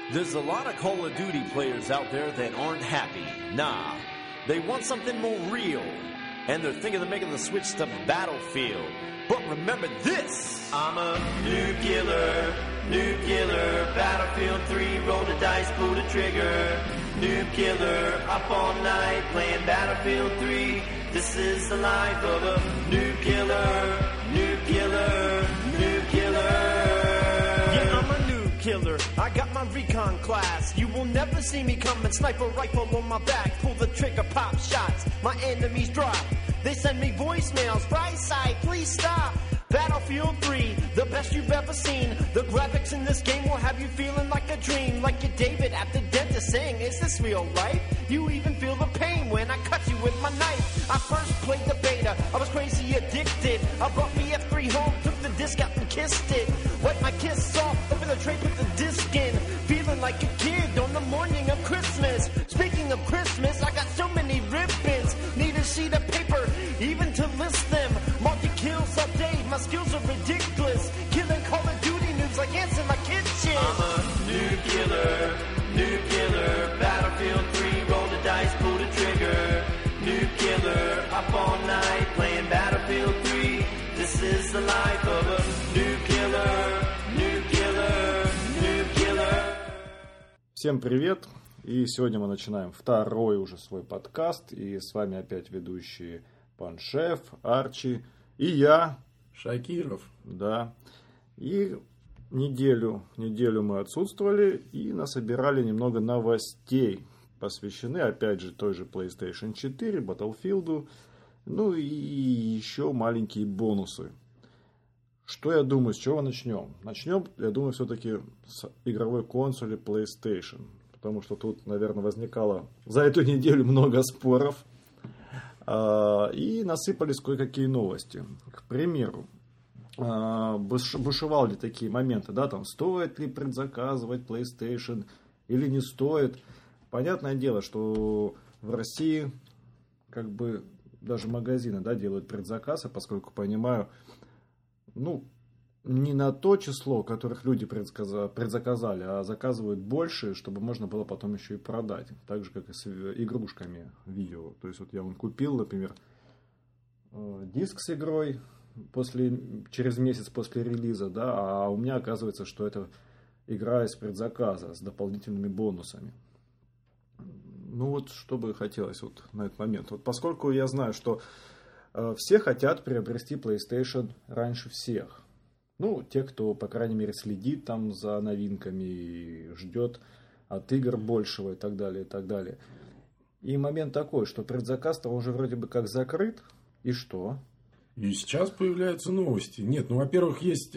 There's a lot of Call of Duty players out there that aren't happy. Nah, they want something more real. And they're thinking of making the switch to Battlefield. But remember this! I'm a nuclear, Battlefield 3, roll the dice, pull the trigger. Nuclear, up all night, playing Battlefield 3. This is the life of a nuclear. Yeah, I'm a nuclear. I got my recon class. You will never see me coming. Sniper rifle on my back. Pull the trigger, pop shots. My enemies drop. They send me voicemails. Right side, please stop. Battlefield 3, the best you've ever seen. The graphics in this game will have you feeling like a dream. Like you're David at the dentist saying, is this real life? You even feel the pain when I cut you with my knife. I first played the beta, I was crazy addicted. I brought me F3 home, took the disc out and kissed it. Wiped my kiss off, opened the tray, put the disc in. Feeling like a kid on the morning of Christmas. Speaking of Christmas, I got so many ribbons. Need a sheet of paper, even to list them. Multi-kills all day, my skills are ridiculous. Killing Call of Duty noobs like ants in my kitchen. I'm a nuclear, Battlefield 3, roll the dice, pull the trigger. Nuclear, up all night, playing Battlefield 3. This is the life of a nuclear. Всем привет! И сегодня мы начинаем второй уже свой подкаст. И с вами опять ведущие Пан Шеф, Арчи и я, Шакиров. Да. И неделю мы отсутствовали и насобирали немного новостей. Посвящены опять же той же PlayStation 4, Battlefield, ну и еще маленькие бонусы. Что я думаю, с чего начнем? Начнем, я думаю, все-таки с игровой консоли PlayStation. Потому что тут, наверное, возникало за эту неделю много споров. И насыпались кое-какие новости. К примеру, бушевали такие моменты, да, там, стоит ли предзаказывать PlayStation или не стоит. Понятное дело, что в России как бы даже магазины, да, делают предзаказы, поскольку понимаю, ну, не на то число, которых люди предзаказали, а заказывают больше, чтобы можно было потом еще и продать. Так же, как и с игрушками видео. То есть, вот я купил, например, диск с игрой через месяц после релиза, да, а у меня оказывается, что это игра из предзаказа с дополнительными бонусами. Ну вот, что бы хотелось вот на этот момент. Вот поскольку я знаю, что все хотят приобрести PlayStation раньше всех. Ну, те, кто, по крайней мере, следит там за новинками и ждет от игр большего и так далее, и так далее. И момент такой, что предзаказ-то уже вроде бы как закрыт, и что? И сейчас появляются новости. Нет, ну, во-первых, есть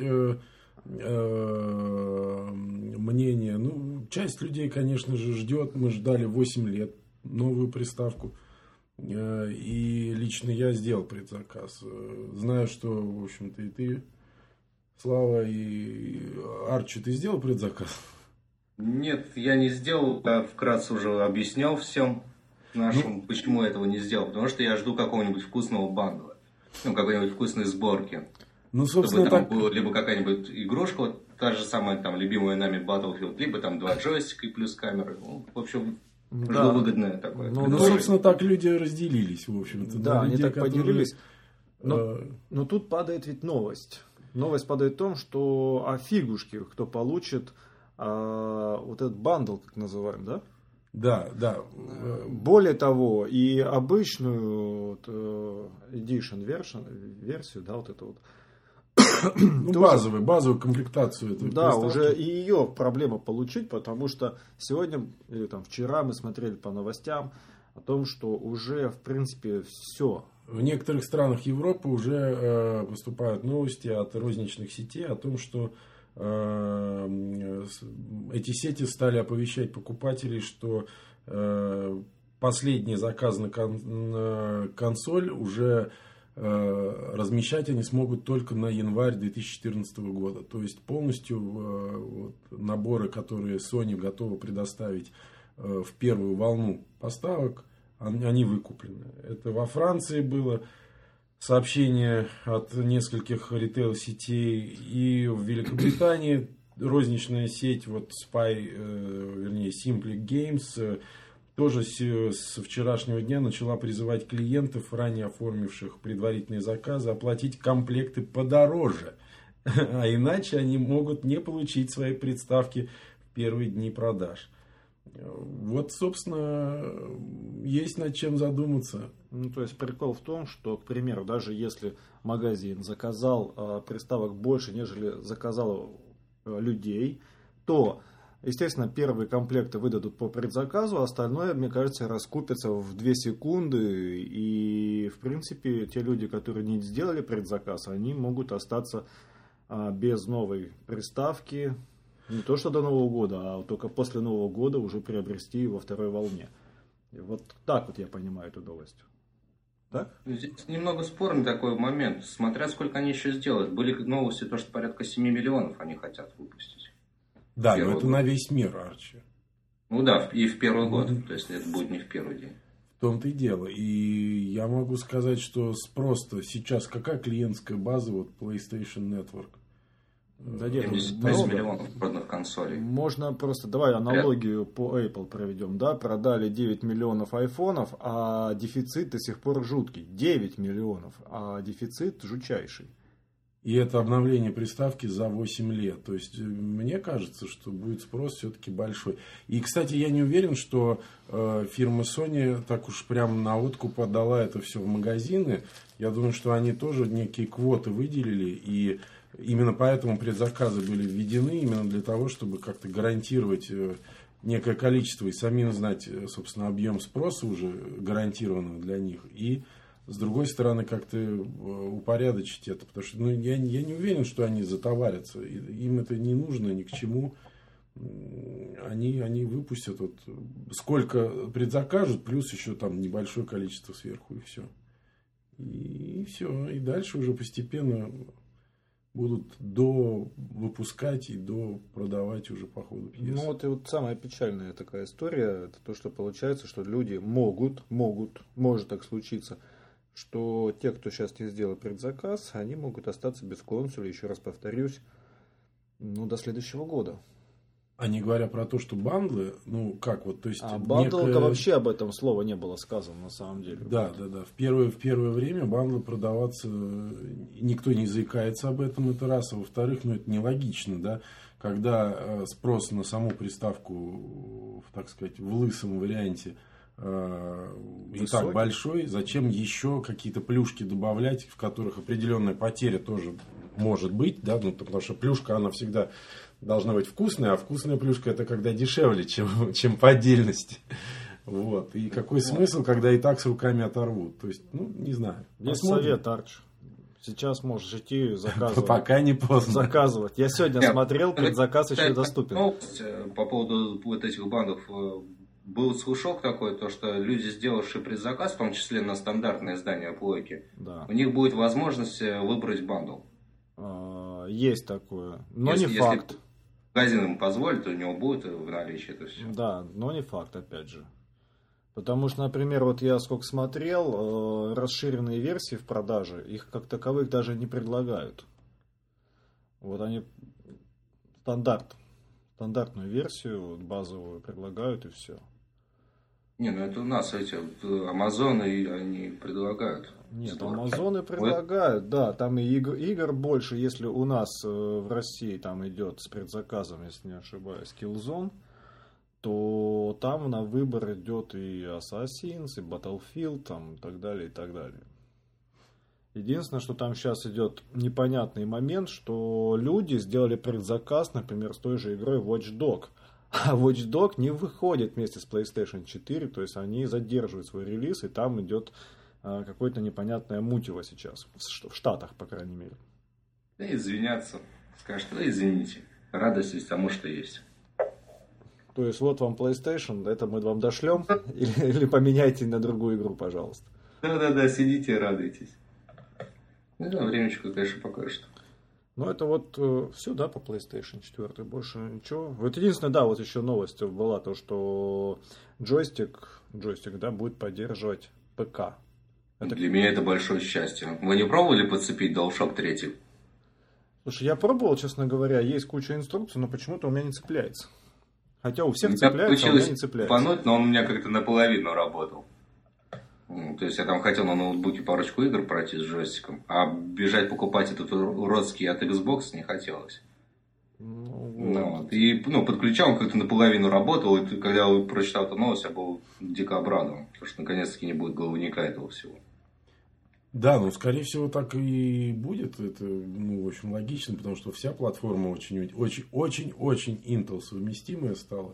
мнение. Ну, часть людей, конечно же, ждет. Мы ждали 8 лет новую приставку. И лично я сделал предзаказ. Знаю, что, в общем-то, и ты, Слава, и Арчи, ты сделал предзаказ? Нет, я не сделал. Я вкратце уже объяснял всем нашим, почему я этого не сделал. Потому что я жду какого-нибудь вкусного бандла. Ну, какой-нибудь вкусной сборки. Ну, собственно, чтобы там так... была либо какая-нибудь игрушка, вот та же самая там любимая нами Battlefield, либо там 2 джойстика и плюс камеры. Ну, в общем, да. выгодное такое. Ну, собственно, так люди разделились, в общем-то. Да, они людей, так поделились. Но тут падает ведь новость. Новость падает в том, что фигушки, кто получит вот этот бандл, как называем, да? Да, да. Более того, и обычную вот, edition версию, да, вот эту вот. Ну, базовую комплектацию. Да, уже и ее проблема получить, потому что сегодня или там вчера мы смотрели по новостям о том, что уже в принципе все. В некоторых странах Европы уже поступают новости от розничных сетей о том, что эти сети стали оповещать покупателей, что последний заказ на консоль уже размещать они смогут только на январь 2014 года. То есть полностью вот, наборы, которые Sony готова предоставить в первую волну поставок, они выкуплены. Это во Франции было сообщение от нескольких ритейл-сетей, и в Великобритании розничная сеть вот Simply Games тоже с вчерашнего дня начала призывать клиентов, ранее оформивших предварительные заказы, оплатить комплекты подороже. А иначе они могут не получить свои приставки в первые дни продаж. Вот, собственно, есть над чем задуматься. Ну, то есть прикол в том, что, к примеру, даже если магазин заказал приставок больше, нежели заказал людей, то, естественно, первые комплекты выдадут по предзаказу, а остальное, мне кажется, раскупится в 2 секунды. И, в принципе, те люди, которые не сделали предзаказ, они могут остаться без новой приставки. Не то, что до Нового года, а только после Нового года уже приобрести во второй волне. И вот так вот я понимаю эту новость. Так? Здесь немного спорный такой момент. Смотря сколько они еще сделают. Были новости, то, что порядка 7 миллионов они хотят выпустить. Да, но это на весь мир, Арчи. Ну да, и в первый год. То есть это будет не в первый день. В том-то и дело. И я могу сказать, что спрос-то сейчас какая клиентская база вот PlayStation Network? Да нет, 76 миллионов проданных консолей. Можно просто, давай аналогию по Apple проведем, да, продали 9 миллионов айфонов, а дефицит до сих пор жуткий, 9 миллионов, а дефицит жутчайший. И это обновление приставки за 8 лет. То есть, мне кажется, что будет спрос все-таки большой. И, кстати, я не уверен, что фирма Sony так уж прям на откуп отдала это все в магазины. Я думаю, что они тоже некие квоты выделили. И именно поэтому предзаказы были введены. Именно для того, чтобы как-то гарантировать некое количество. И самим знать, собственно, объем спроса уже гарантированного для них. И с другой стороны, как-то упорядочить это. Потому что я не уверен, что они затоварятся. Им это не нужно ни к чему. Они выпустят вот сколько предзакажут, плюс еще там небольшое количество сверху, и все. И все. И дальше уже постепенно будут выпускать и продавать уже по ходу пьесы. Ну вот и вот самая печальная такая история, это то, что получается, что люди может так случиться, что те, кто сейчас не сделал предзаказ, они могут остаться без консоли, еще раз повторюсь, до следующего года. А не говоря про то, что бандлы, то есть... бандл-то вообще об этом слова не было сказано на самом деле. Да. В первое время бандлы продаваться, никто не заикается об этом, это раз. А во-вторых, это нелогично, да, когда спрос на саму приставку, так сказать, в лысом варианте и так большой, зачем еще какие-то плюшки добавлять, в которых определенная потеря тоже может быть, да, потому что плюшка, она всегда должна быть вкусная, а вкусная плюшка это когда дешевле, чем по отдельности. Вот. И какой смысл, когда и так с руками оторвут? То есть, не знаю. Есть совет, Арч. Сейчас можешь идти заказывать. Пока не поздно. Заказывать. Я сегодня смотрел, предзаказ еще доступен. По поводу вот этих бандов. Был слушок такой, то что люди, сделавшие предзаказ, в том числе на стандартное издание плойки, у них будет возможность выбрать бандл. Есть такое, но не факт. Если магазин им позволит, то у него будет в наличии это все. Да, но не факт, опять же. Потому что, например, вот я сколько смотрел, расширенные версии в продаже, их как таковых даже не предлагают. Вот они стандартную версию базовую предлагают и все. Это у нас эти Амазоны они предлагают. Нет, Амазоны предлагают, да, там и игр больше. Если у нас в России там идет с предзаказом, если не ошибаюсь, Killzone, то там на выбор идет и Assassin's, и Battlefield, там, и так далее, и так далее. Единственное, что там сейчас идет непонятный момент, что люди сделали предзаказ, например, с той же игрой Watch Dogs. А Watch Dogs не выходит вместе с PlayStation 4, то есть они задерживают свой релиз, и там идет какое-то непонятное мутиво сейчас, в Штатах, по крайней мере. Да извиняться, скажут, извините, радость есть тому, что есть. То есть вот вам PlayStation, это мы вам дошлем, или поменяйте на другую игру, пожалуйста. Да, сидите и радуйтесь. Времечко, конечно, покажет. Это вот все, да, по PlayStation 4, больше ничего. Вот единственное, да, вот еще новость была, то, что джойстик, да, будет поддерживать ПК. Для меня это большое счастье. Вы не пробовали подцепить DualShock 3? Слушай, я пробовал, честно говоря, есть куча инструкций, но почему-то у меня не цепляется. Хотя у всех цепляется, а у меня не цепляется. Пануть, но он у меня как-то наполовину работал. То есть я там хотел на ноутбуке парочку игр пройти с джойстиком, а бежать покупать этот уродский от Xbox не хотелось. И подключал, он как-то наполовину работал, и когда я прочитал эту новость, я был дико обрадован, потому что наконец-таки не будет головника этого всего. Да, скорее всего, так и будет. Это, в общем, логично, потому что вся платформа очень-очень Intel совместимая стала.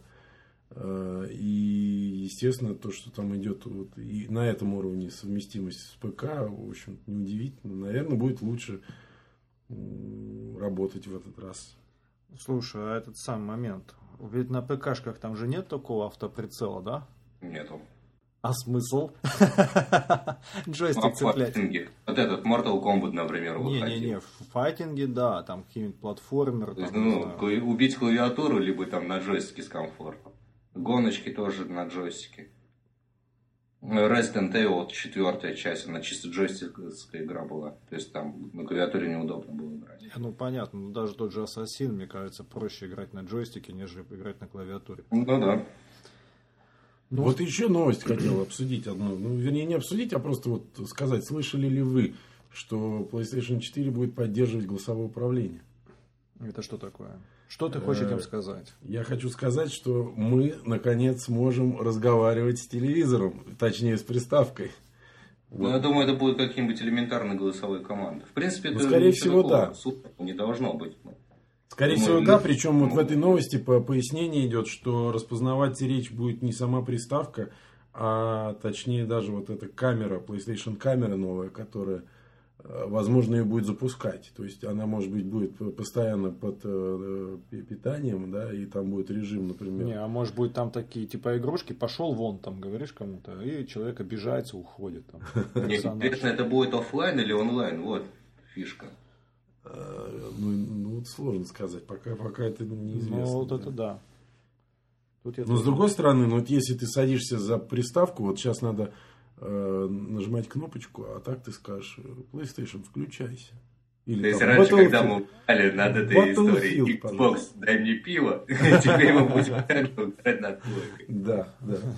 И, естественно, то, что там идет и на этом уровне совместимость с ПК, в общем, неудивительно. Наверное, будет лучше работать в этот раз. Слушай, а этот самый момент. Ведь на ПКшках там же нет такого автоприцела, да? Нету. А смысл? Джойстик цеплять. Вот этот Mortal Kombat, например, выходил. Не-не-не, в файтинге, да, там какие-нибудь платформеры. Убить клавиатуру, либо там на джойстике с комфортом. Гоночки тоже на джойстике. Resident Evil 4 часть, она чисто джойстиковская игра была. То есть там на клавиатуре неудобно было играть. Понятно, но даже тот же Assassin, мне кажется, проще играть на джойстике, нежели играть на клавиатуре. Да. Вот еще новость хотел обсудить одну. Вернее, не обсудить, а просто сказать, слышали ли вы, что PlayStation 4 будет поддерживать голосовое управление? Это что такое? Что ты хочешь этим сказать? Я хочу сказать, что мы, наконец, сможем разговаривать с телевизором, точнее, с приставкой. Я думаю, это будут какие-нибудь элементарные голосовые команды. В принципе, это скорее всего, да. Не должно быть. Скорее всего, да. Причем в этой новости пояснение идет, что распознавать речь будет не сама приставка, а точнее даже вот эта камера, PlayStation камера новая, которая, возможно, ее будет запускать. То есть она, может быть, будет постоянно под питанием, да, и там будет режим, например. Не, а может быть там такие типа игрушки, пошел вон там, говоришь кому-то, и человек обижается, уходит. Мне интересно, это будет офлайн или онлайн? Вот фишка. Сложно сказать, пока это неизвестно. Вот это да. Но с другой стороны, если ты садишься за приставку, вот сейчас надо нажимать кнопочку, а так ты скажешь, PlayStation, включайся. Или то есть раньше, когда мы упали над этой историей, Xbox, дай мне пиво, теперь мы будем играть над плойкой. Да.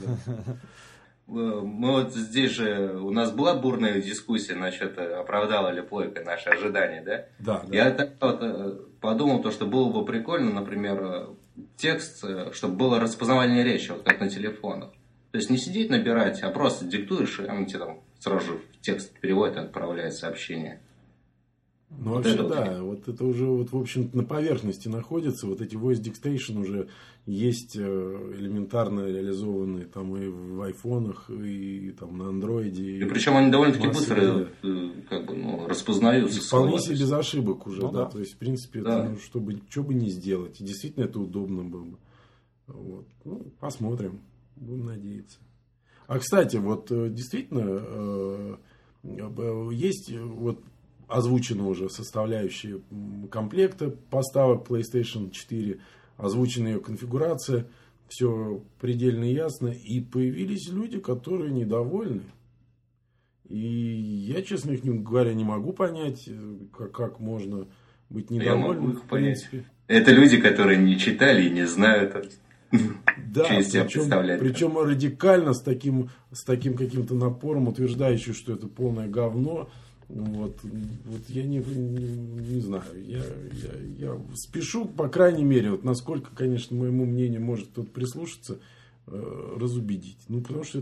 Мы вот здесь же, у нас была бурная дискуссия насчет, оправдала ли плойка наши ожидания, да? Да. Я так вот подумал, что было бы прикольно, например, текст, чтобы было распознавание речи, вот как на телефонах. То есть не сидеть набирать, а просто диктуешь, и он тебе там сразу же в текст переводит и отправляет сообщение. Вообще, да, вот это уже, в общем-то, на поверхности находится. Вот эти voice dictation уже есть элементарно реализованные там и в айфонах, и там на андроиде. И причем они довольно-таки быстро распознаются. Вполне себе без ошибок уже, да. То есть, в принципе, это, что бы не сделать. И действительно это удобно было бы. Вот. Посмотрим. Будем надеяться. А, кстати, вот действительно есть озвучена уже составляющая комплекта поставок PlayStation 4, озвучена ее конфигурация, все предельно ясно, и появились люди, которые недовольны. И я, честно говоря, не могу понять, как можно быть недовольным. Я могу их понять. Это люди, которые не читали и не знают, да, причем радикально с таким каким-то напором, утверждающим, что это полное говно. Вот я не знаю. Я спешу, по крайней мере, насколько, конечно, моему мнению может кто-то прислушаться, разубедить. Потому что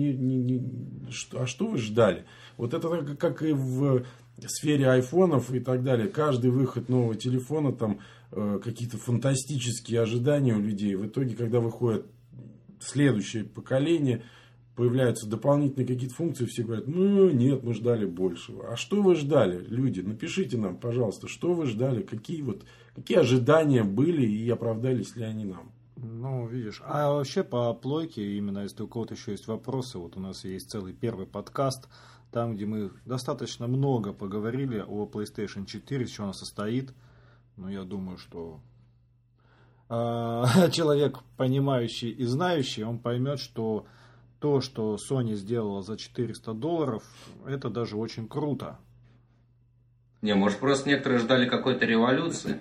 а что вы ждали? Вот это как и в сфере айфонов и так далее. Каждый выход нового телефона, там какие-то фантастические ожидания у людей. В итоге, когда выходит следующее поколение, появляются дополнительные какие-то функции, все говорят, нет, мы ждали большего. А что вы ждали, люди? Напишите нам, пожалуйста, что вы ждали, какие ожидания были и оправдались ли они нам? Видишь, а вообще по плойке, именно если у кого-то еще есть вопросы, вот у нас есть целый первый подкаст, там, где мы достаточно много поговорили о PlayStation 4, из чего она состоит. Я думаю, что человек, понимающий и знающий, он поймет, что то, что Sony сделала за $400, это даже очень круто. Не, может, просто некоторые ждали какой-то революции.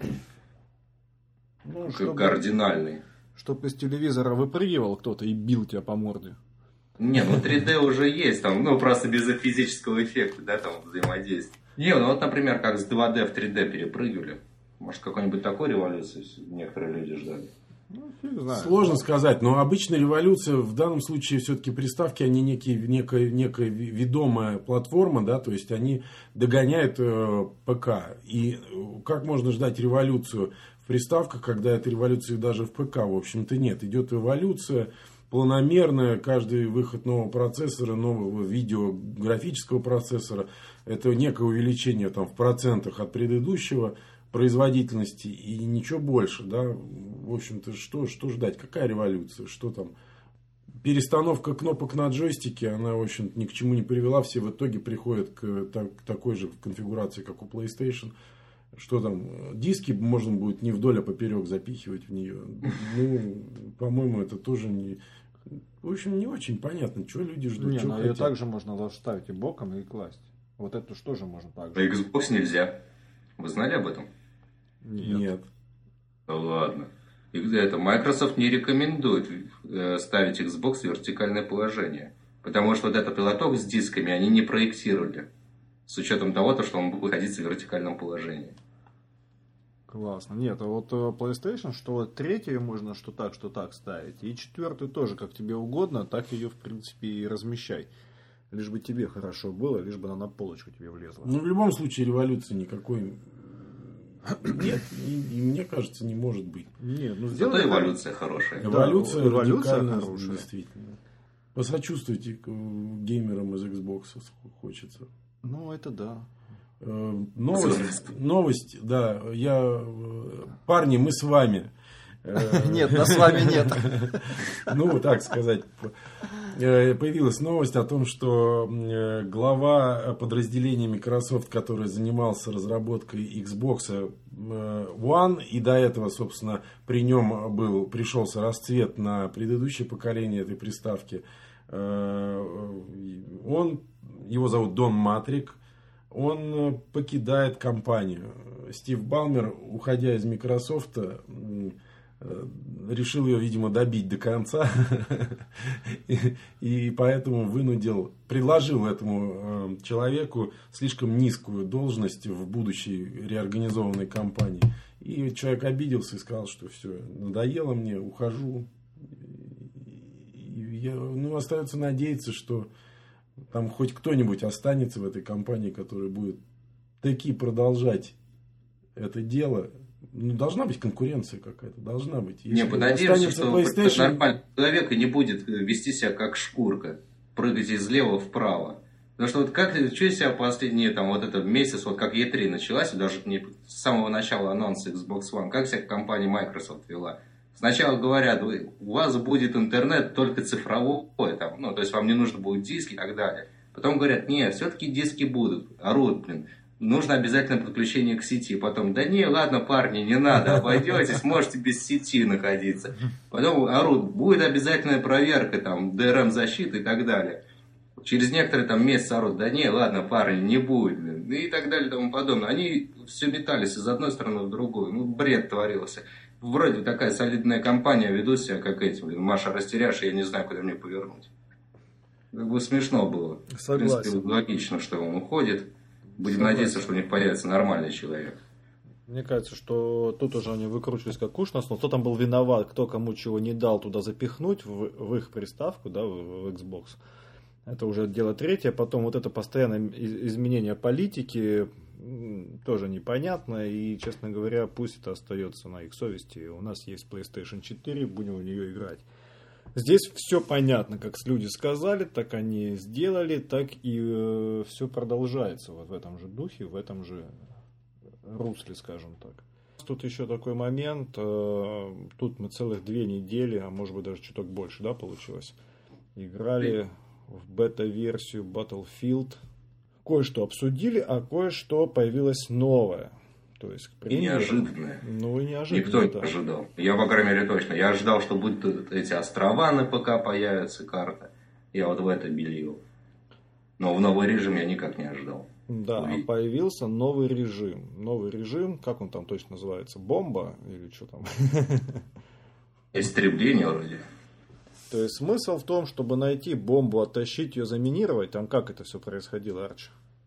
Кардинальной. Чтоб из телевизора выпрыгивал кто-то и бил тебя по морде. Не, ну 3D уже есть, там, ну просто без физического эффекта, да, там взаимодействия. Не, ну вот, например, как с 2D в 3D перепрыгивали. Может, какой-нибудь такой революции некоторые люди ждали. Ну, фиг знает. Сложно сказать, но обычная революция, в данном случае все-таки приставки, они некая ведомая платформа, да, то есть они догоняют ПК. И как можно ждать революцию в приставках, когда этой революции даже в ПК, в общем-то, нет. Идет эволюция планомерная, каждый выход нового процессора, нового видеографического процессора, это некое увеличение там, в процентах от предыдущего, производительности и ничего больше, да, в общем-то, что ждать, какая революция, что там, перестановка кнопок на джойстике, она, в общем-то, ни к чему не привела, все в итоге приходят к такой же конфигурации, как у PlayStation, что там, диски можно будет не вдоль, а поперек запихивать в нее, ну, по-моему, это тоже не, в общем, не очень понятно, что люди ждут, не, что но хотят. ее также можно ставить и боком, и класть, вот эту что же можно так же. На Xbox нельзя, вы знали об этом? Нет. Да ладно. Это Microsoft не рекомендует ставить Xbox в вертикальное положение. Потому что вот этот лоток с дисками они не проектировали. С учетом того, что он будет находиться в вертикальном положении. Классно. Нет, а вот PlayStation, что вот третью можно что так ставить. И четвертую тоже, как тебе угодно, так ее, в принципе, и размещай. Лишь бы тебе хорошо было, лишь бы она на полочку тебе влезла. Ну, в любом случае, революции никакой нет, и мне кажется, не может быть. Нет, ну зато эволюция хорошая. Эволюция, да, эволюция радикальная, хорошая. действительно. Посочувствуйте геймерам из Xbox хочется. Ну, это да. Новость, да. Парни, мы с вами. Нет, нас с вами нет. Ну, так сказать. Появилась новость о том, что глава подразделения Microsoft, который занимался разработкой Xbox One, и до этого, собственно, при нем пришелся расцвет на предыдущее поколение этой приставки, его зовут Дон Матрик, он покидает компанию. Стив Балмер, уходя из Microsoft, решил ее, видимо, добить до конца. И поэтому предложил этому человеку слишком низкую должность в будущей реорганизованной компании. И человек обиделся и сказал, что все, надоело мне, ухожу. Остается надеяться, что там хоть кто-нибудь останется в этой компании, который будет таки продолжать это дело. Ну, должна быть конкуренция какая-то, должна быть. Если понадеемся, что нормальный человек и не будет вести себя как шкурка, прыгать из лева вправо. Потому что вот что себя последние месяц, вот как E3 началась, даже не с самого начала анонса Xbox One, как себя компания Microsoft вела. Сначала говорят, у вас будет интернет только цифровой, то есть вам не нужно будет диски и так далее. Потом говорят, нет, все-таки диски будут, орут, нужно обязательно подключение к сети. Потом, да не, ладно, парни, не надо, обойдетесь, можете без сети находиться. Потом орут, будет обязательная проверка, DRM-защиты и так далее. Через некоторые месяцы орут, да не, ладно, парни, не будет, и так далее и тому подобное. Они все метались из одной стороны в другую, бред творился. Вроде такая солидная компания, ведут себя как эти, Маша растеряешь, я не знаю, куда мне повернуть. Смешно было. Согласен. В принципе, логично, что он уходит. Будем надеяться, что у них появится нормальный человек. Мне кажется, что тут уже они выкручивались как уж нас, но кто там был виноват, кто кому чего не дал туда запихнуть в их приставку, да, в Xbox. Это уже дело третье. Потом вот это постоянное изменение политики тоже непонятно. И, честно говоря, пусть это остается на их совести. У нас есть PlayStation 4, будем в нее играть. Здесь все понятно, как люди сказали, так они сделали, так и все продолжается вот в этом же духе, в этом же русле, скажем так. Тут еще такой момент, тут мы целых 2 недели, а может быть даже чуток больше, да, получилось, играли в бета-версию Battlefield. Кое-что обсудили, а кое-что появилось новое. То есть, к примеру, и неожиданное. Неожиданное. Никто не ожидал. Я, по крайней мере, точно. Я ожидал, что будут эти острова на ПК появятся, карта. Я вот в это белил. Но в новый режим я никак не ожидал. Да, появился новый режим. Новый режим, как он там точно называется? Бомба или что там? Истребление вроде. То есть смысл в том, чтобы найти бомбу, оттащить ее, заминировать. Там как это все происходило, Арчи?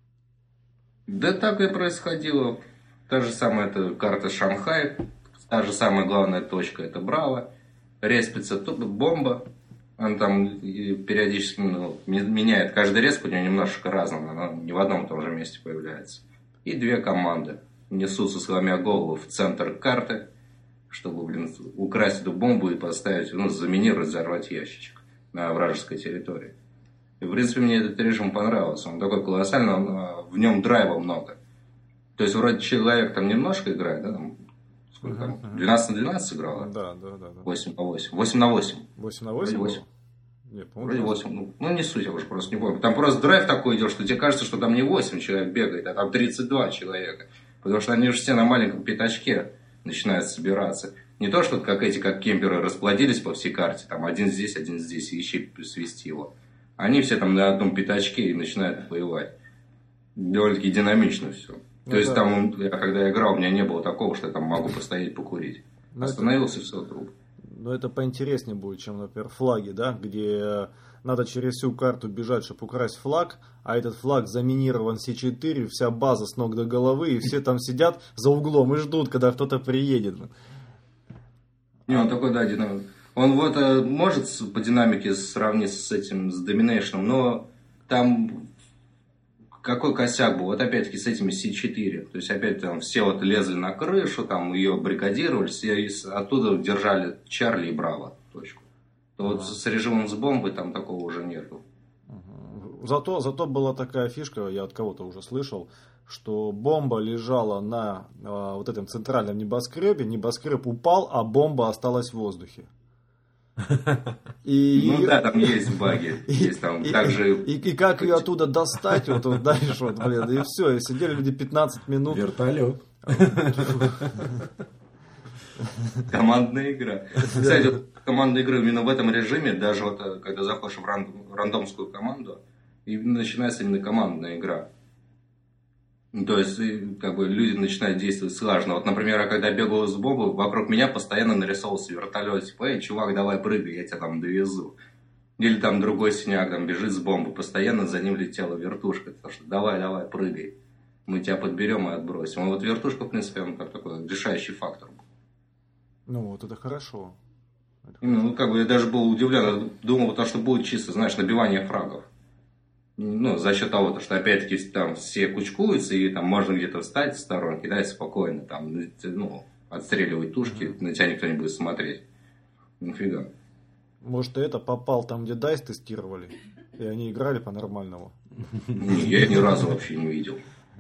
Да так и происходило. Та же самая это карта Шанхай. Та же самая главная точка это Браво. Респится бомба. Она там периодически меняет. Каждый респ у нее немножко разный. Она не в одном и том же месте появляется. И две команды несутся, сломя голову, в центр карты, чтобы, украсть эту бомбу и поставить, заминировать, взорвать ящичек на вражеской территории. И, в принципе, мне этот режим понравился. Он такой колоссальный, в нем драйва много. То есть, вроде человек там немножко играет, да, там, сколько там, 12 на 12 играло? Да. 8 на 8. 8 на 8. 8 на 8? 8. Нет, вроде 8. Не суть, я уже просто не помню. Там просто драйв такой идет, что тебе кажется, что там не 8 человек бегает, а там 32 человека. Потому что они же все на маленьком пятачке начинают собираться. Не то, что как кемперы расплодились по всей карте, там один здесь, и ищи свести его. Они все там на одном пятачке и начинают воевать. Довольно-таки динамично все. То есть там, когда я играл, у меня не было такого, что я там могу постоять, покурить. Остановился, все, труп. Но это поинтереснее будет, чем, например, флаги, да, где надо через всю карту бежать, чтобы украсть флаг, а этот флаг заминирован С4, вся база с ног до головы, и все там сидят за углом и ждут, когда кто-то приедет. Не, он такой, да, динамик. Он вот может по динамике сравниться с этим, с Domination, но там какой косяк был, вот опять-таки с этими С4. То есть опять там все вот лезли на крышу, там ее баррикадировали, и оттуда держали Чарли и Браво точку. То вот с режимом с бомбой там такого уже нету. Зато была такая фишка, я от кого-то уже слышал, что бомба лежала на вот этом центральном небоскребе, небоскреб упал, а бомба осталась в воздухе. Ну да, там есть баги. Есть там также... И как ее оттуда достать, вот дальше, вот, блин, и все, и сидели люди 15 минут. Вертолет. Командная игра. Кстати, командная игра именно в этом режиме, даже вот когда заходишь в рандомскую команду, и начинается именно командная игра. То есть, как бы, люди начинают действовать слаженно. Вот, например, я когда бегал с бомбой, вокруг меня постоянно нарисовался вертолет. Типа, эй, чувак, давай прыгай, я тебя там довезу. Или там другой синяк там бежит с бомбой, постоянно за ним летела вертушка. Потому что давай, прыгай. Мы тебя подберем и отбросим. А вот вертушка, в принципе, он как такой решающий фактор был. Ну, вот это хорошо. Как бы я даже был удивлен. Думал, потому что будет чисто, знаешь, набивание фрагов. За счет того, что опять-таки там все кучкуются, и там можно где-то встать в сторонке, да, и спокойно там, отстреливать тушки, на тебя никто не будет смотреть. Нифига. Может, это попал там, где DICE тестировали, и они играли по-нормальному? Я ни разу вообще не видел.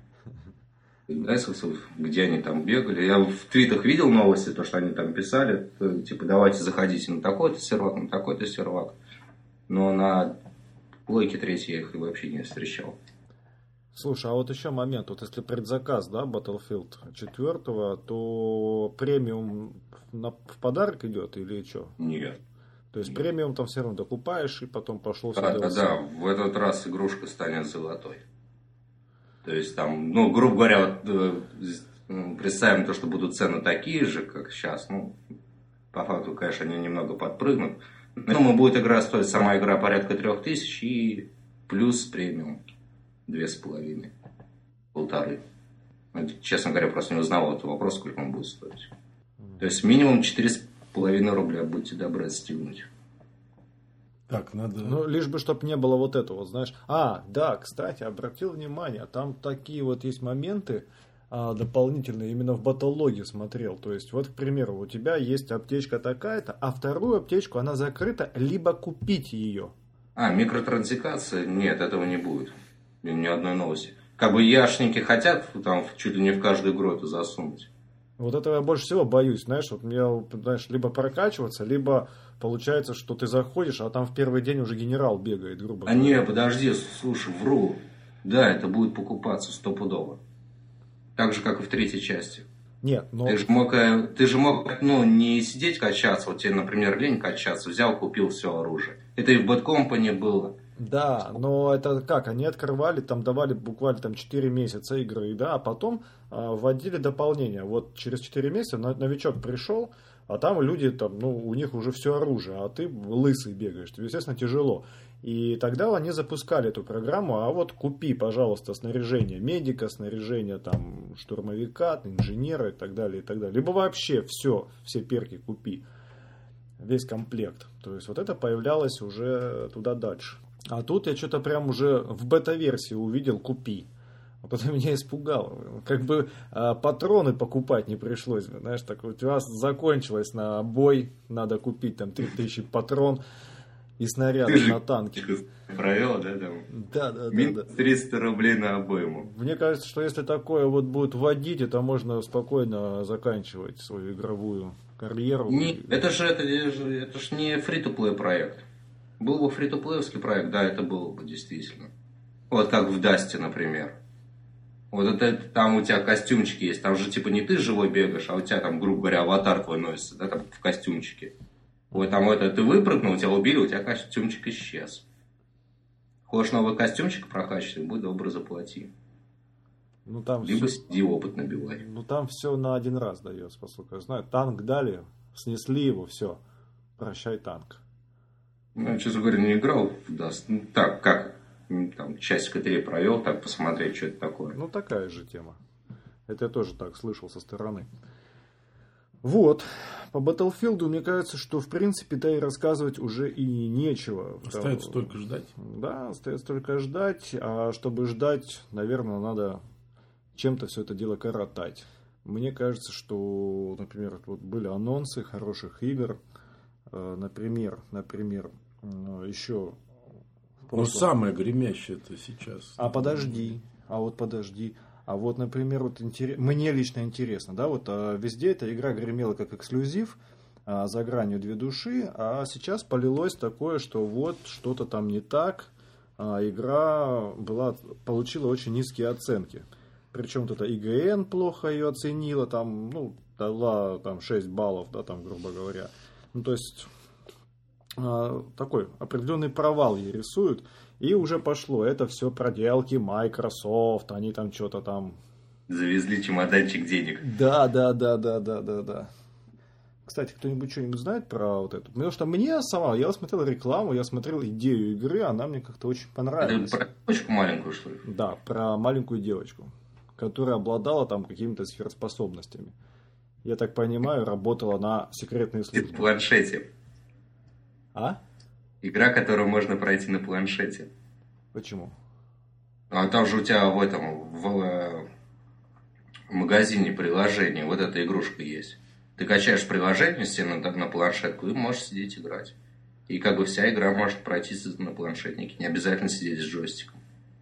DICE, где они там бегали. Я в твитах видел новости, то, что они там писали, типа, давайте заходите на такой-то сервак, на такой-то сервак. Но на плойке 3 я их вообще не встречал. Слушай, а вот еще момент, вот если предзаказ, да, Battlefield 4, то премиум в подарок идет или что? Нет. То есть премиум там все равно докупаешь и потом пошел сюда. Да, в этот раз игрушка станет золотой. То есть там, грубо говоря, представим то, что будут цены такие же, как сейчас. По факту, конечно, они немного подпрыгнут. Но будет игра стоить, сама игра порядка 3000 и плюс премиум 2,5. 1,5. Честно говоря, просто не узнал этот вопрос, сколько он будет стоить. То есть минимум 4,5 рубля, будьте добры, стигнуть. Так, надо... лишь бы, чтобы не было вот этого, знаешь. Да, кстати, обратил внимание, там такие вот есть моменты, дополнительные, именно в батллоге смотрел. То есть, вот, к примеру, у тебя есть аптечка такая-то, а вторую аптечку, она закрыта, либо купить ее. Микротранзикация? Нет, этого не будет. Ни одной новости. Как бы яшники хотят там чуть ли не в каждую игру это засунуть. Вот этого я больше всего боюсь, знаешь, вот мне, знаешь, либо прокачиваться, либо получается, что ты заходишь, а там в первый день уже генерал бегает, грубо говоря. Не, подожди, слушай, вру. Да, это будет покупаться стопудово. Так же, как и в 3 части. Нет, но... Ты же мог не сидеть качаться, вот тебе, например, лень качаться, взял, купил все оружие. Это и в Bad Company было, Да, но это как? Они открывали, там давали буквально там 4 месяца игры, да, а потом вводили дополнение. Вот через 4 месяца новичок пришел, а там люди, там, ну, у них уже все оружие, а ты лысый бегаешь, тебе, естественно, тяжело. И тогда они запускали эту программу, а вот купи, пожалуйста, снаряжение медика, снаряжение там штурмовика, инженера и так далее, и так далее. Либо вообще все перки купи, весь комплект. То есть вот это появлялось уже туда дальше. А тут я что-то прям уже в бета-версии увидел купи. Вот это меня испугало. Как бы патроны покупать не пришлось. Знаешь, так вот у вас закончилось на бой, надо купить там 3000 патрон и снарядов на танки. Провел, да, там? Да. Минус 300 рублей на обойму. Мне кажется, что если такое вот будет вводить, это можно спокойно заканчивать свою игровую карьеру. Это ж не фри-то-плей проект. Был бы фри-то-плеевский проект, да, это было бы действительно. Вот как в Дасте, например. Вот это там у тебя костюмчики есть. Там же типа не ты живой бегаешь, а у тебя там, грубо говоря, аватар твой носится, да, там в костюмчике. Вот там это ты выпрыгнул, тебя убили, у тебя костюмчик исчез. Хочешь новый костюмчик прокачивать, будь добр, заплати. Ну, там либо все... сиди опыт набивай. Ну там все на один раз дается, поскольку я знаю. Танк дали, снесли его, все. Прощай, танк. Ну, я, честно говоря, не играл в Dust. Ну, так, как? Там, часика 3 провел, так посмотреть, что это такое. Ну, такая же тема. Это я тоже так слышал со стороны. Вот. По Battlefield, мне кажется, что, в принципе-то и рассказывать уже и нечего. Остается только ждать. Да, остается только ждать. А чтобы ждать, наверное, надо чем-то все это дело коротать. Мне кажется, что, например, вот были анонсы хороших игр. Например, еще... Ну, самое гремящее это сейчас. Подожди. А вот, например, вот мне лично интересно, да, вот везде эта игра гремела как эксклюзив, за гранью 2 души, а сейчас полилось такое, что вот что-то там не так, игра получила очень низкие оценки. Причем вот это IGN плохо ее оценила, там, ну, дала там 6 баллов, да, там, грубо говоря. Ну, то есть, такой определенный провал ей рисуют. И уже пошло. Это все проделки Microsoft. Они там что-то там... Завезли чемоданчик денег. Да. Кстати, кто-нибудь что-нибудь знает про вот это? Потому что я смотрел рекламу, я смотрел идею игры, она мне как-то очень понравилась. Это про девочку маленькую, что ли? Да, про маленькую девочку, которая обладала там какими-то сверхспособностями. Я так понимаю, работала на секретной службе. В планшете. А? Игра, которую можно пройти на планшете. Почему? А там же у тебя в магазине приложений вот эта игрушка есть. Ты качаешь приложение себе на планшетку и можешь сидеть играть. И как бы вся игра может пройти на планшетнике. Не обязательно сидеть с джойстиком.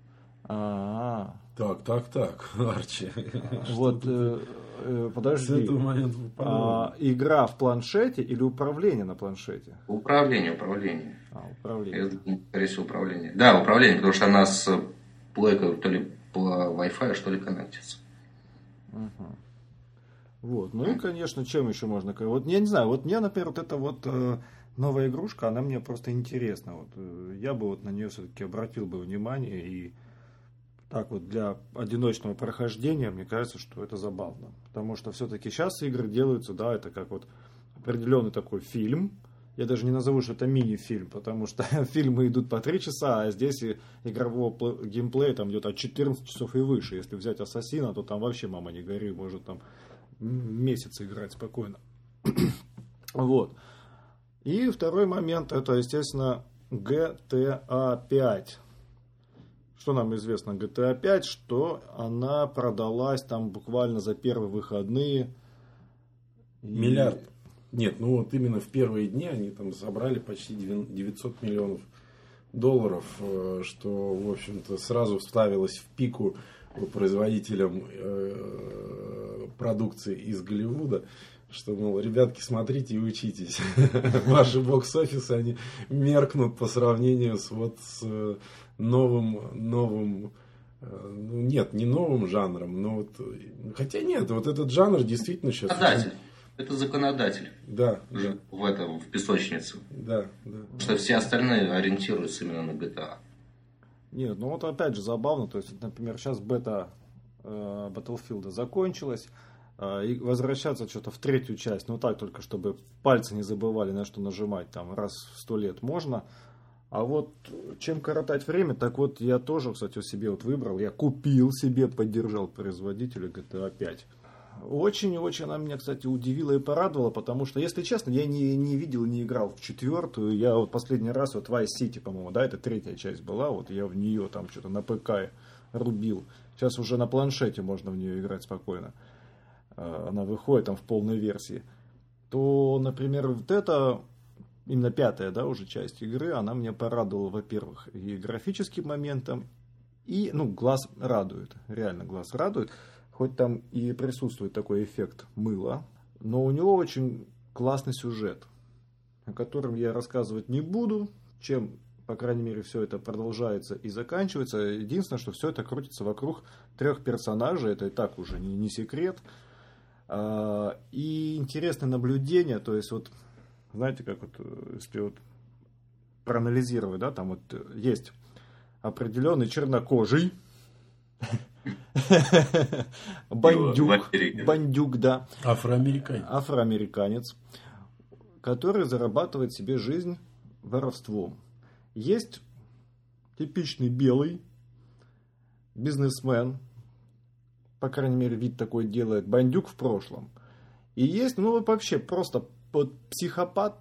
Так, Арчи. Вот, подожди. С этого момента игра в планшете или управление на планшете? Управление. Управление. Скорее всего, управление. Да, управление, потому что она с плейкой то ли по Wi-Fi, что ли, коннектится. Угу. Вот. Ну и, конечно, чем еще можно... Вот я не знаю, вот мне, например, вот эта вот новая игрушка, она мне просто интересна. Вот, я бы вот на нее все-таки обратил бы внимание и так вот для одиночного прохождения, мне кажется, что это забавно. Потому что все-таки сейчас игры делаются, да, это как вот определенный такой фильм. Я даже не назову, что это мини-фильм, потому что фильмы идут по 3 часа, а здесь игрового геймплея там идет от 14 часов и выше. Если взять Ассасина, то там вообще, мама не гори, может там месяц играть спокойно. Вот. И второй момент, это, естественно, GTA 5. Что нам известно о GTA 5? Что она продалась там буквально за первые выходные. Миллиард. Нет, ну вот именно в первые дни они там собрали почти 900 миллионов долларов, что, в общем-то, сразу вставилось в пику производителям продукции из Голливуда, что, мол, ребятки, смотрите и учитесь. Ваши бокс-офисы, они меркнут по сравнению с новым, нет, не новым жанром, но вот, хотя нет, вот этот жанр действительно сейчас Это законодатель. Да. В песочнице. Да. Что все остальные ориентируются именно на GTA. Нет, ну вот опять же забавно, то есть, например, сейчас бета Battlefield закончилась, и возвращаться что-то в третью часть, ну так только, чтобы пальцы не забывали, на что нажимать, там раз в 100 лет можно. А вот чем коротать время, так вот я тоже, кстати, себе вот выбрал, я купил себе, поддержал производителя GTA 5. Очень-очень она меня, кстати, удивила и порадовала, потому что, если честно, я не видел, не играл в четвертую. Я вот последний раз, вот Vice City, по-моему, да, это третья часть была, вот я в нее там что-то на ПК рубил. Сейчас уже на планшете можно в нее играть спокойно. Она выходит там в полной версии. То, например, вот это, именно пятая, да, уже часть игры, она меня порадовала, во-первых, и графическим моментом, и, ну, глаз радует, реально глаз радует. Хоть там и присутствует такой эффект мыла, но у него очень классный сюжет, о котором я рассказывать не буду, чем, по крайней мере, все это продолжается и заканчивается. Единственное, что все это крутится вокруг 3 персонажей, это и так уже не секрет. И интересное наблюдение, то есть вот, знаете, как вот, если вот проанализировать, да, там вот есть определенный чернокожий, бандюк, да. Афроамериканец, который зарабатывает себе жизнь воровством. Есть типичный белый бизнесмен, по крайней мере, вид такой делает, бандюк в прошлом. И есть, ну, вообще просто психопат,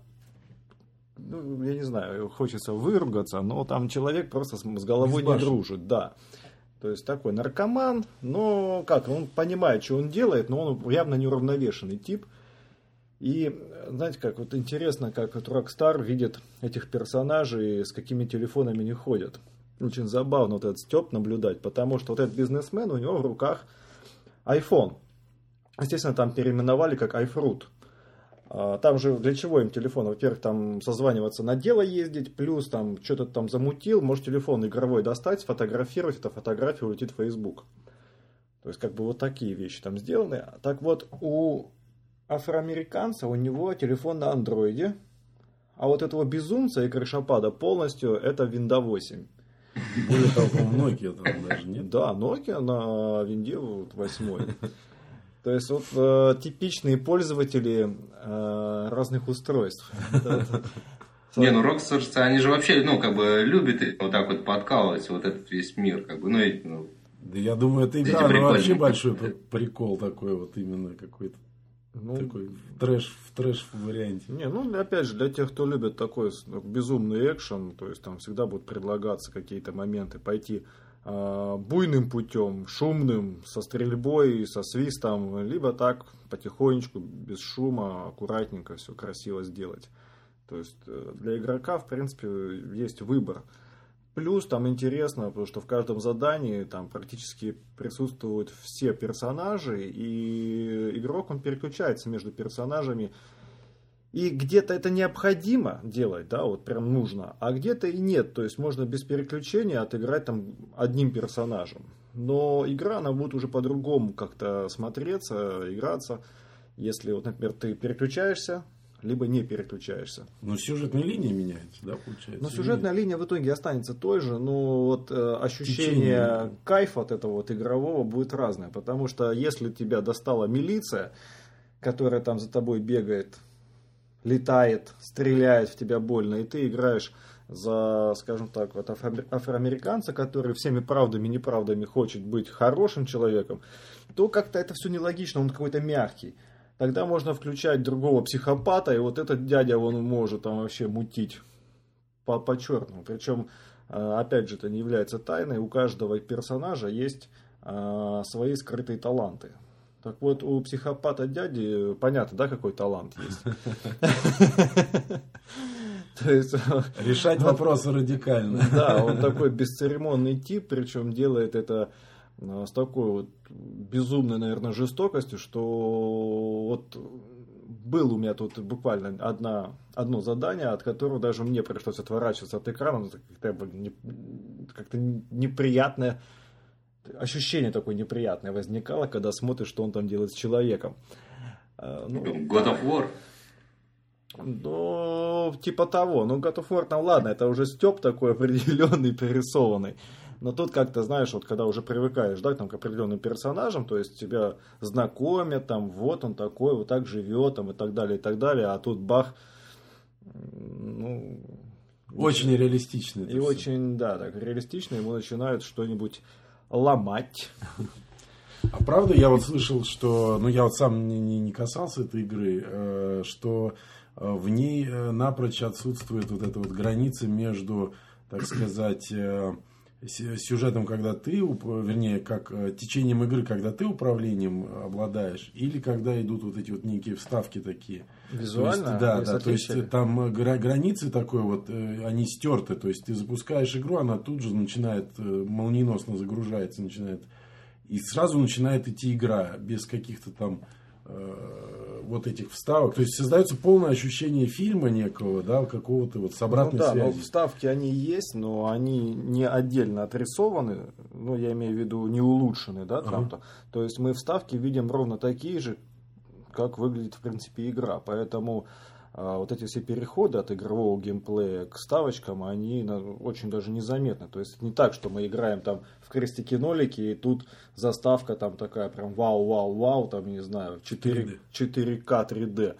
ну, я не знаю, хочется выругаться, но там человек просто с головой не дружит, да. То есть такой наркоман, но как, он понимает, что он делает, но он явно неуравновешенный тип. И знаете, как вот интересно, как вот Rockstar видит этих персонажей, с какими телефонами они ходят. Очень забавно вот этот стёб наблюдать, потому что вот этот бизнесмен, у него в руках iPhone. Естественно, там переименовали как iFruit. Там же для чего им телефон? Во-первых, там созваниваться на дело ездить, плюс там что-то там замутил, может телефон игровой достать, сфотографировать, эта фотография улетит в Facebook. То есть как бы вот такие вещи там сделаны. Так вот, у афроамериканца, у него телефон на андроиде, а вот этого безумца и крышопада полностью это Windows 8. Более того, Nokia там даже нет. Да, Nokia на Windows 8. То есть вот типичные пользователи разных устройств. Не, ну Rockstar, они же вообще, ну, как бы любят вот так вот подкалывать вот этот весь мир, как бы, ну. Да я думаю, эта игра, она вообще большой прикол такой вот именно какой-то. Ну, такой в трэш варианте. Не, ну опять же, для тех, кто любит такой безумный экшен, то есть там всегда будут предлагаться какие-то моменты пойти буйным путем, шумным, со стрельбой, со свистом, либо так потихонечку, без шума, аккуратненько, все красиво сделать. То есть для игрока, в принципе, есть выбор. Плюс там интересно, потому что в каждом задании там практически присутствуют все персонажи, и игрок, он переключается между персонажами. И где-то это необходимо делать, да, вот прям нужно, а где-то и нет. То есть можно без переключения отыграть там одним персонажем. Но игра, она будет уже по-другому как-то смотреться, играться, если, вот, например, ты переключаешься, либо не переключаешься. Но сюжетная линия меняется, да, получается? Но сюжетная линия в итоге останется той же, но вот ощущение кайфа от этого вот игрового будет разное. Потому что если тебя достала милиция, которая там за тобой бегает, летает, стреляет в тебя больно, и ты играешь за, скажем так, вот афроамериканца, который всеми правдами и неправдами хочет быть хорошим человеком, то как-то это все нелогично, он какой-то мягкий. Тогда можно включать другого психопата, и вот этот дядя, он может там вообще мутить по-черному. Причем, опять же, это не является тайной, у каждого персонажа есть свои скрытые таланты. Так вот, у психопата дяди понятно, да, какой талант есть. Решать вопросы радикально. Да, он такой бесцеремонный тип, причем делает это с такой вот безумной, наверное, жестокостью, что вот было у меня тут буквально одно задание, от которого даже мне пришлось отворачиваться от экрана, как-то неприятное ощущение такое неприятное возникало, когда смотришь, что он там делает с человеком. God of War. Ну, типа того. Ну, God of War, там ладно, это уже стёб такой определенный, перерисованный. Но тут как-то, знаешь, вот когда уже привыкаешь, да, там, к определенным персонажам, то есть тебя знакомят, там, вот он такой, вот так живет, там, и так далее, а тут бах, ну... Очень реалистично. И очень, да, так реалистично, ему начинают что-нибудь ломать. А правда, я вот слышал, что, ну, я вот сам не касался этой игры, что в ней напрочь отсутствует вот эта вот граница между, так сказать, сюжетом, когда ты, вернее, как течением игры, когда ты управлением обладаешь, или когда идут вот эти вот некие вставки такие. Визуально? То есть, да, то есть там границы такой вот, они стерты, то есть ты запускаешь игру, она тут же начинает молниеносно загружается, начинает, и сразу начинает идти игра, без каких-то там вот этих вставок. То есть создается полное ощущение фильма некого, да, какого-то вот с обратной связи. Ну, вставки они есть, но они не отдельно отрисованы, ну, я имею в виду не улучшены, да, там-то. То есть мы вставки видим ровно такие же, как выглядит, в принципе, игра. Поэтому вот эти все переходы от игрового геймплея к вставочкам, они очень даже незаметны. То есть не так, что мы играем там в крестики-нолики, и тут заставка там такая прям вау, там, не знаю, 4К 3D.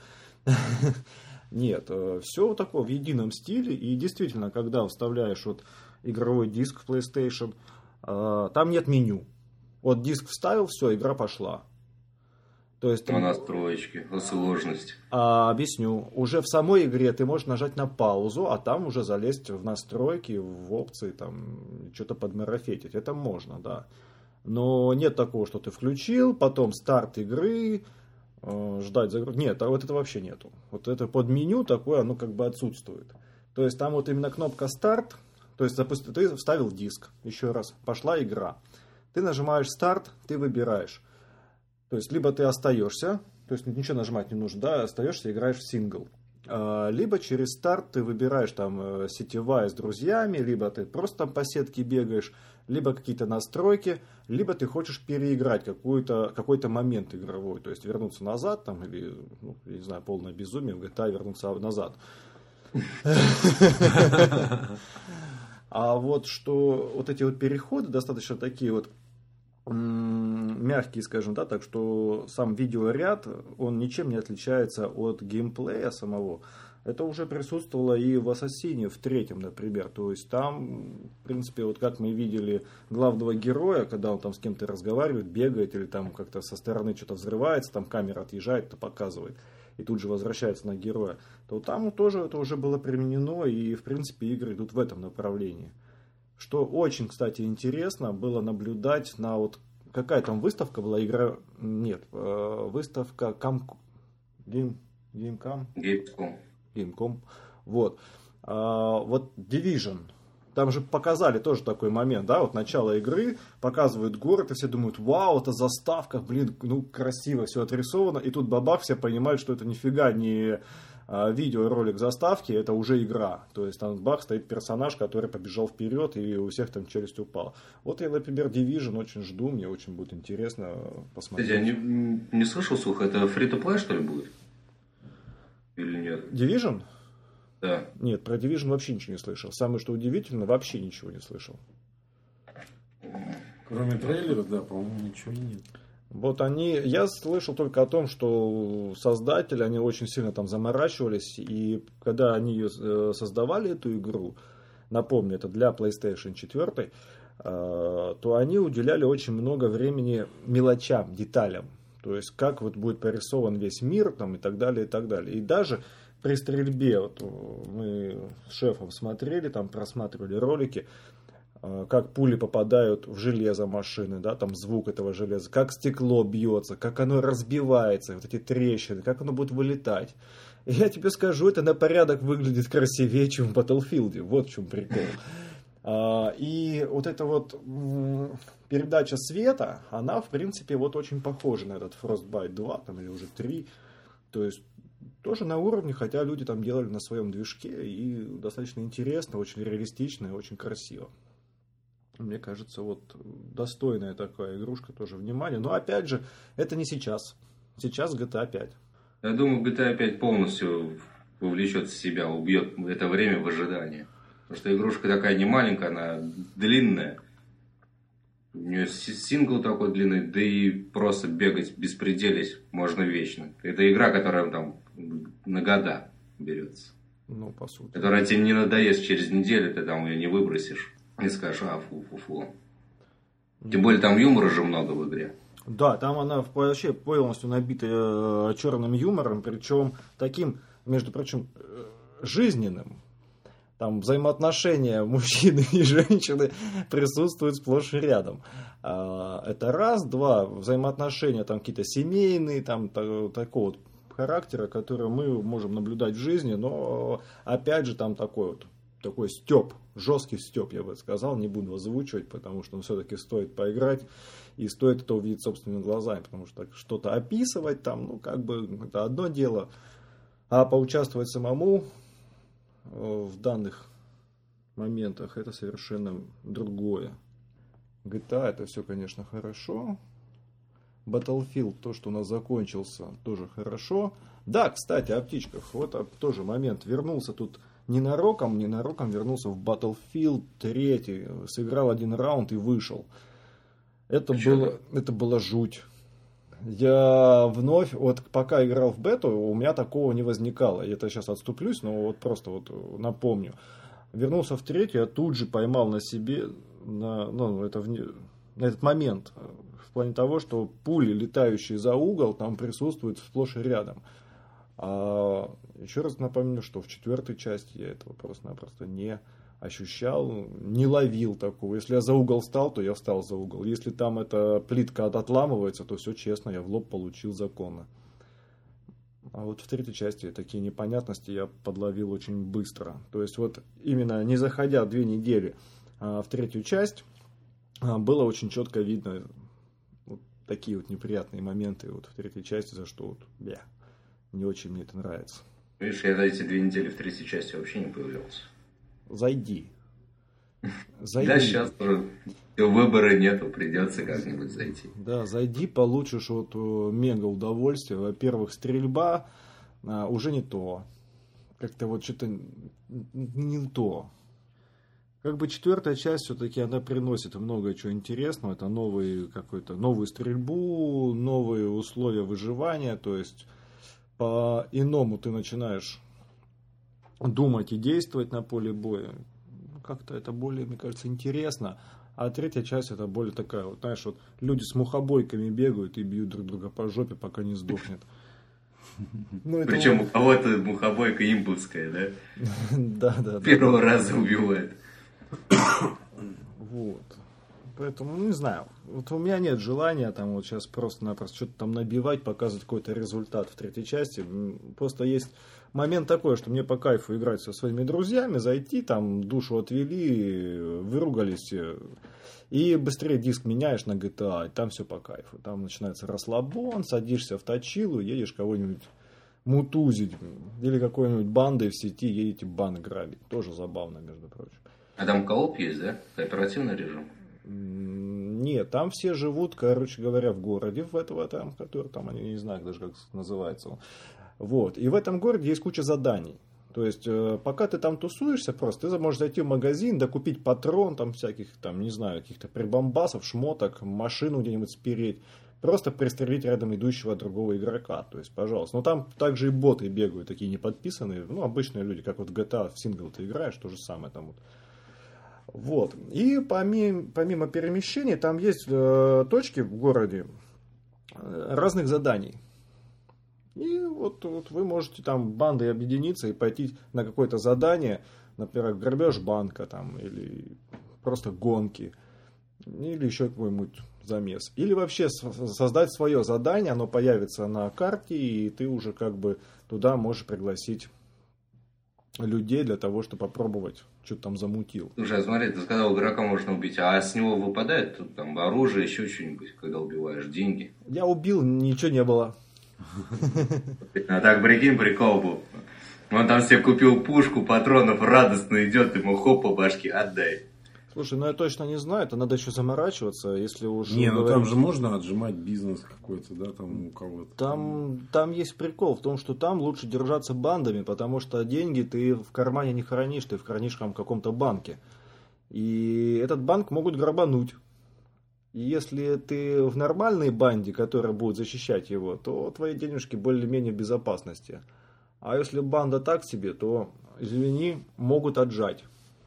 Нет, все такое в едином стиле. И действительно, когда вставляешь вот игровой диск в PlayStation, там нет меню. Вот диск вставил, все, игра пошла. То есть, настроечки, сложность. Объясню. Уже в самой игре ты можешь нажать на паузу, а там уже залезть в настройки, в опции, там что-то подмарафетить. Это можно, да. Но нет такого, что ты включил, потом старт игры, ждать загрузки. Нет, вот это вообще нету. Вот это под меню такое, оно как бы отсутствует. То есть там вот именно кнопка старт, то есть, допустим, ты вставил диск, еще раз, пошла игра. Ты нажимаешь старт, ты выбираешь. То есть, либо ты остаешься, то есть ничего нажимать не нужно, да, остаешься, играешь в сингл. Либо через старт ты выбираешь там сетевая с друзьями, либо ты просто там по сетке бегаешь, либо какие-то настройки, либо ты хочешь переиграть какой-то момент игровой, то есть вернуться назад там, или, ну, я не знаю, полное безумие, в GTA вернуться назад. А вот что вот эти вот переходы достаточно такие вот мягкие, скажем, да, так что сам видеоряд, он ничем не отличается от геймплея самого. Это уже присутствовало и в Ассасине, в 3-м, например. То есть там, в принципе, вот как мы видели главного героя, когда он там с кем-то разговаривает, бегает или там как-то со стороны что-то взрывается, там камера отъезжает, то показывает, и тут же возвращается на героя, то там тоже это уже было применено, и, в принципе, игры идут в этом направлении. Что очень, кстати, интересно было наблюдать на вот... Какая там выставка была? Игра... Нет, выставка Gamescom. Вот. Вот Division. Там же показали тоже такой момент, да, вот начало игры, показывают город, и все думают, вау, это заставка, блин, ну красиво все отрисовано, и тут бабах, все понимают, что это нифига не видеоролик заставки, это уже игра. То есть там бах, стоит персонаж, который побежал вперед, и у всех там челюсть упала. Вот я, например, Division очень жду, мне очень будет интересно посмотреть. Кстати, я не слышал слуха, это free-to-play, что ли, будет? Или нет? Division? Да. Нет, про Division вообще ничего не слышал. Самое что удивительно, вообще ничего не слышал. Кроме трейлера, да, по-моему, ничего нет. Вот я слышал только о том, что создатели, они очень сильно там заморачивались, и когда они ее создавали, эту игру, напомню, это для PlayStation 4, то они уделяли очень много времени мелочам, деталям. То есть, как вот будет порисован весь мир, там, и так далее, и так далее. И даже при стрельбе, вот мы с шефом смотрели, там, просматривали ролики, как пули попадают в железо машины, да, там звук этого железа, как стекло бьется, как оно разбивается, вот эти трещины, как оно будет вылетать. И я тебе скажу, это на порядок выглядит красивее, чем в Battlefield. Вот в чем прикол. И вот эта вот передача света, она, в принципе, вот очень похожа на этот Frostbite 2, там, или уже 3. То есть, тоже на уровне, хотя люди там делали на своем движке, и достаточно интересно, очень реалистично и очень красиво. Мне кажется, вот достойная такая игрушка, тоже внимание. Но опять же, это не сейчас. Сейчас GTA 5. Я думаю, GTA 5 полностью вовлечет в себя, убьет это время в ожидании. Потому что игрушка такая не маленькая, она длинная. У нее сингл такой длинный, да и просто бегать, беспределить можно вечно. Это игра, которая там на года берется. Ну, по сути. Которая тебе не надоест через неделю, ты там ее не выбросишь. И скажешь, фу-фу-фу. Тем более там юмора же много в игре. Да, там она вообще полностью набита черным юмором, причем таким, между прочим, жизненным. Там взаимоотношения мужчины и женщины присутствуют сплошь и рядом. Это раз. Два, взаимоотношения там какие-то семейные, там такого вот характера, которые мы можем наблюдать в жизни, но опять же там такой стёб, жесткий стёб, я бы сказал, не буду озвучивать, потому что все-таки стоит поиграть и стоит это увидеть собственными глазами, потому что что-то описывать там, ну как бы это одно дело, а поучаствовать самому в данных моментах это совершенно другое. GTA это все, конечно, хорошо. Battlefield, то, что у нас закончился, тоже хорошо. Да, кстати, о птичках. Вот тоже момент. Вернулся тут ненароком вернулся в Battlefield 3. Сыграл один раунд и вышел. Это была жуть. Я вновь, вот пока играл в бету, у меня такого не возникало. Я сейчас отступлюсь, но вот просто вот напомню. Вернулся в 3, я тут же поймал на себе, на этот момент. В плане того, что пули, летающие за угол, там присутствуют сплошь и рядом. А еще раз напомню, что в 4 части я этого просто-напросто не ощущал, не ловил такого. Если я за угол встал, то я встал за угол. Если там эта плитка отламывается, то все честно, я в лоб получил законно. А вот в 3 части такие непонятности я подловил очень быстро. То есть вот именно не заходя 2 недели в 3 часть, было очень четко видно вот такие вот неприятные моменты вот в 3 части, за что вот, не очень мне это нравится. Видишь, я за эти 2 недели в 3 части вообще не появлялся. Зайди. Да, сейчас уже выбора нету, придется как-нибудь зайти. Да, зайди, получишь вот мега удовольствие. Во-первых, стрельба уже не то. Как-то вот что-то не то. Как бы 4 часть все-таки она приносит много чего интересного. Это новую стрельбу, новые условия выживания. То есть по-иному ты начинаешь думать и действовать на поле боя. Как-то это более, мне кажется, интересно. А 3 часть это более такая, вот, знаешь, вот люди с мухобойками бегают и бьют друг друга по жопе, пока не сдохнет. Причем у кого-то мухобойка импульская, да? Да. Первого раза убивает. Вот. Поэтому, не знаю. Вот у меня нет желания там вот сейчас просто-напросто что-то там набивать, показывать какой-то результат в 3 части. Просто есть момент такой, что мне по кайфу играть со своими друзьями, зайти, там душу отвели, выругались, и быстрее диск меняешь на GTA, и там все по кайфу. Там начинается расслабон, садишься в точилу, едешь кого-нибудь мутузить, или какой-нибудь бандой в сети едете бан грабить. Тоже забавно, между прочим. А там кооп есть, да? Кооперативный режим? Нет, там все живут, короче говоря, в городе, который там, я не знаю даже, как называется он. Вот. И в этом городе есть куча заданий. То есть, пока ты там тусуешься просто, ты можешь зайти в магазин, докупить патрон, там всяких, там, не знаю, каких-то прибамбасов, шмоток, машину где-нибудь спереть. Просто пристрелить рядом идущего другого игрока. То есть, пожалуйста. Но там также и боты бегают, такие неподписанные. Ну, обычные люди, как вот в GTA в сингл ты играешь, то же самое там вот. Вот. И помимо перемещений, там есть точки в городе разных заданий. И вот вы можете там бандой объединиться и пойти на какое-то задание, например, грабеж банка там, или просто гонки, или еще какой-нибудь замес. Или вообще создать свое задание, оно появится на карте, и ты уже как бы туда можешь пригласить людей для того, чтобы попробовать, что ты там замутил. Слушай, смотри, ты сказал, игрока можно убить, а с него выпадает тут там оружие, еще что-нибудь, когда убиваешь, деньги? Я убил, ничего не было. А так, прикинь, прикол был. Он там себе купил пушку, патронов, радостно идет, ему хоп по башке, отдай. Слушай, ну я точно не знаю, это надо еще заморачиваться, если уж... Не, ну говорить... там же можно отжимать бизнес какой-то, да, там у кого-то. Там есть прикол в том, что там лучше держаться бандами, потому что деньги ты в кармане не хранишь, ты хранишь там в каком-то банке. И этот банк могут грабануть. И если ты в нормальной банде, которая будет защищать его, то твои денежки более-менее в безопасности. А если банда так себе, то, извини, могут отжать.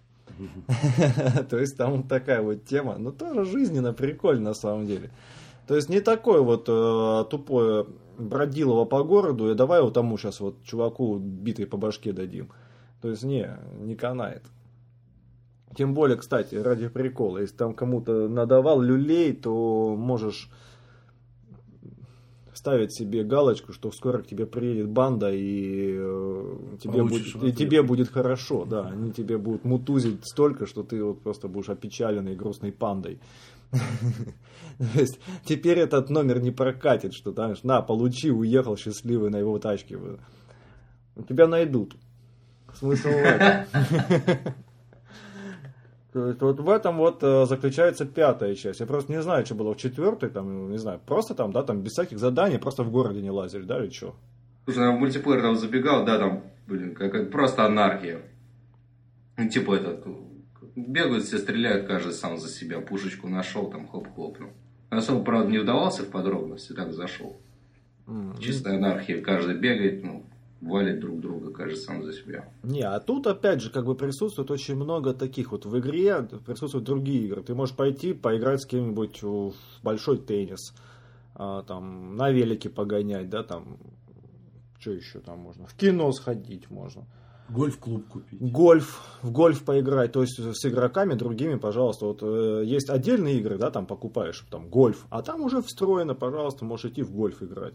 То есть там такая вот тема, но тоже жизненно прикольно на самом деле. То есть не такое вот тупое бродилово по городу, и давай вот тому сейчас вот чуваку битой по башке дадим. То есть не канает. Тем более, кстати, ради прикола, если там кому-то надавал люлей, то можешь ставить себе галочку, что скоро к тебе приедет банда и тебе будет хорошо. Да, они тебе будут мутузить столько, что ты вот просто будешь опечаленной грустной пандой. То есть теперь этот номер не прокатит, что там, на, получи, уехал счастливый на его тачке. Тебя найдут. Смысл в этом. То есть вот в этом вот заключается 5-я часть. Я просто не знаю, что было в 4-й, там, не знаю, просто там, да, там без всяких заданий, просто в городе не лазили, да, или что? Слушай, я в мультиплеер там забегал, да, там, блин, просто анархия. Типа бегают, все стреляют, каждый сам за себя, пушечку нашел, там, хлоп-хлопнул. Особо, правда, не вдавался в подробности, так зашел. Чистая анархия, каждый бегает, валит друг друга, каждый сам за себя. Не, а тут опять же как бы присутствует очень много таких вот в игре, присутствуют другие игры. Ты можешь пойти поиграть с кем-нибудь в большой теннис, там, на велике погонять, да, там, что еще там можно, в кино сходить можно. Гольф-клуб купить. В гольф поиграть, то есть с игроками другими, пожалуйста. Вот есть отдельные игры, да, там покупаешь, там гольф, а там уже встроено, пожалуйста, можешь идти в гольф играть.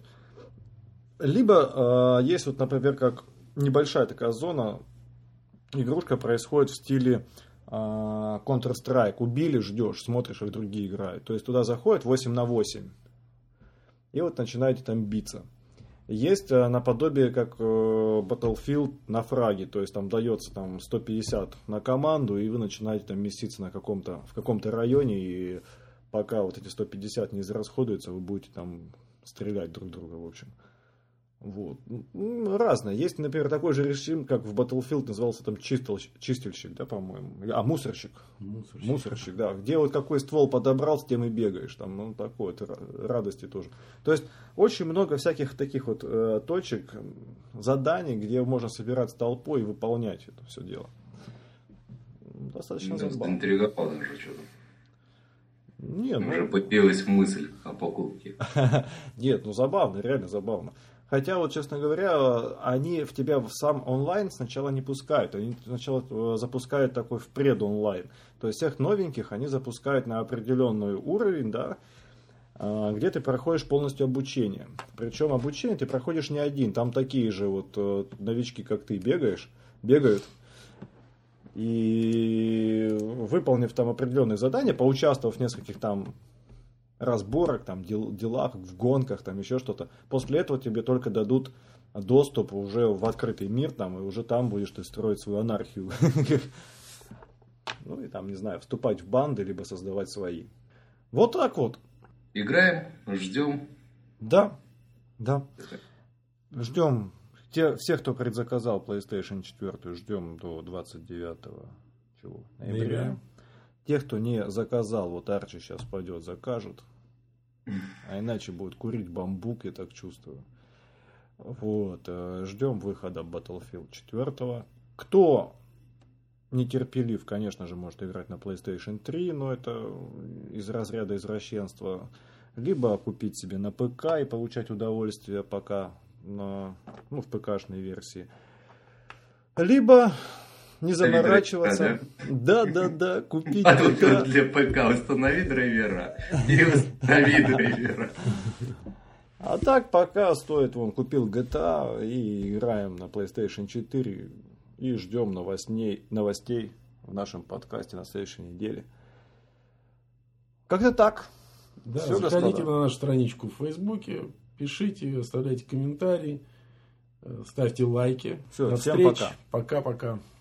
Либо есть вот, например, как небольшая такая зона, игрушка происходит в стиле Counter-Strike. Убили, ждешь, смотришь, как другие играют. То есть туда заходят 8 на 8. И вот начинаете там биться. Есть наподобие как Battlefield на фраге. То есть там дается там 150 на команду, и вы начинаете там меситься в каком-то районе. И пока вот эти 150 не израсходуются, вы будете там стрелять друг друга, в общем. Вот. Разное. Есть, например, такой же режим, как в Battlefield назывался там чистильщик, да, по-моему. Мусорщик. Мусорщик, да. Где вот какой ствол подобрал, с тем и бегаешь. Там, такой вот радости тоже. То есть очень много всяких таких вот точек, заданий, где можно собираться толпой и выполнять это все дело. Достаточно забавно. Интриговал даже что-то. Нет, уже появилась мысль о покупке. Нет, забавно, реально забавно. Хотя, вот, честно говоря, они в тебя в сам онлайн сначала не пускают. Они сначала запускают такой в предонлайн. То есть всех новеньких они запускают на определенный уровень, да, где ты проходишь полностью обучение. Причем обучение ты проходишь не один. Там такие же вот новички, как ты, бегают. И выполнив там определенные задания, поучаствовав в нескольких там разборок, там, делах, в гонках, там еще что-то. После этого тебе только дадут доступ уже в открытый мир, там, и уже там будешь ты строить свою анархию. Ну и там, не знаю, вступать в банды, либо создавать свои. Вот так вот. Играем, ждем. Да. Ждем. Всех, кто предзаказал PlayStation 4, ждем до 29 ноября. Тех, кто не заказал, вот Арчи сейчас пойдет, закажет. А иначе будет курить бамбук, я так чувствую. Вот. Ждем выхода Battlefield 4. Кто нетерпелив, конечно же, может играть на PlayStation 3, но это из разряда извращенства. Либо купить себе на ПК и получать удовольствие пока в ПК-шной версии. Либо не заморачиваться. Да, купить. А тут для ПК установи драйвера. И установи драйвера. А так пока стоит, купил GTA и играем на PlayStation 4 и ждем новостей в нашем подкасте на следующей неделе. Как-то так. Да, все, заходите господа. на нашу страничку в Фейсбуке, пишите, оставляйте комментарии, ставьте лайки. Все, До всем встречи. пока. Пока-пока.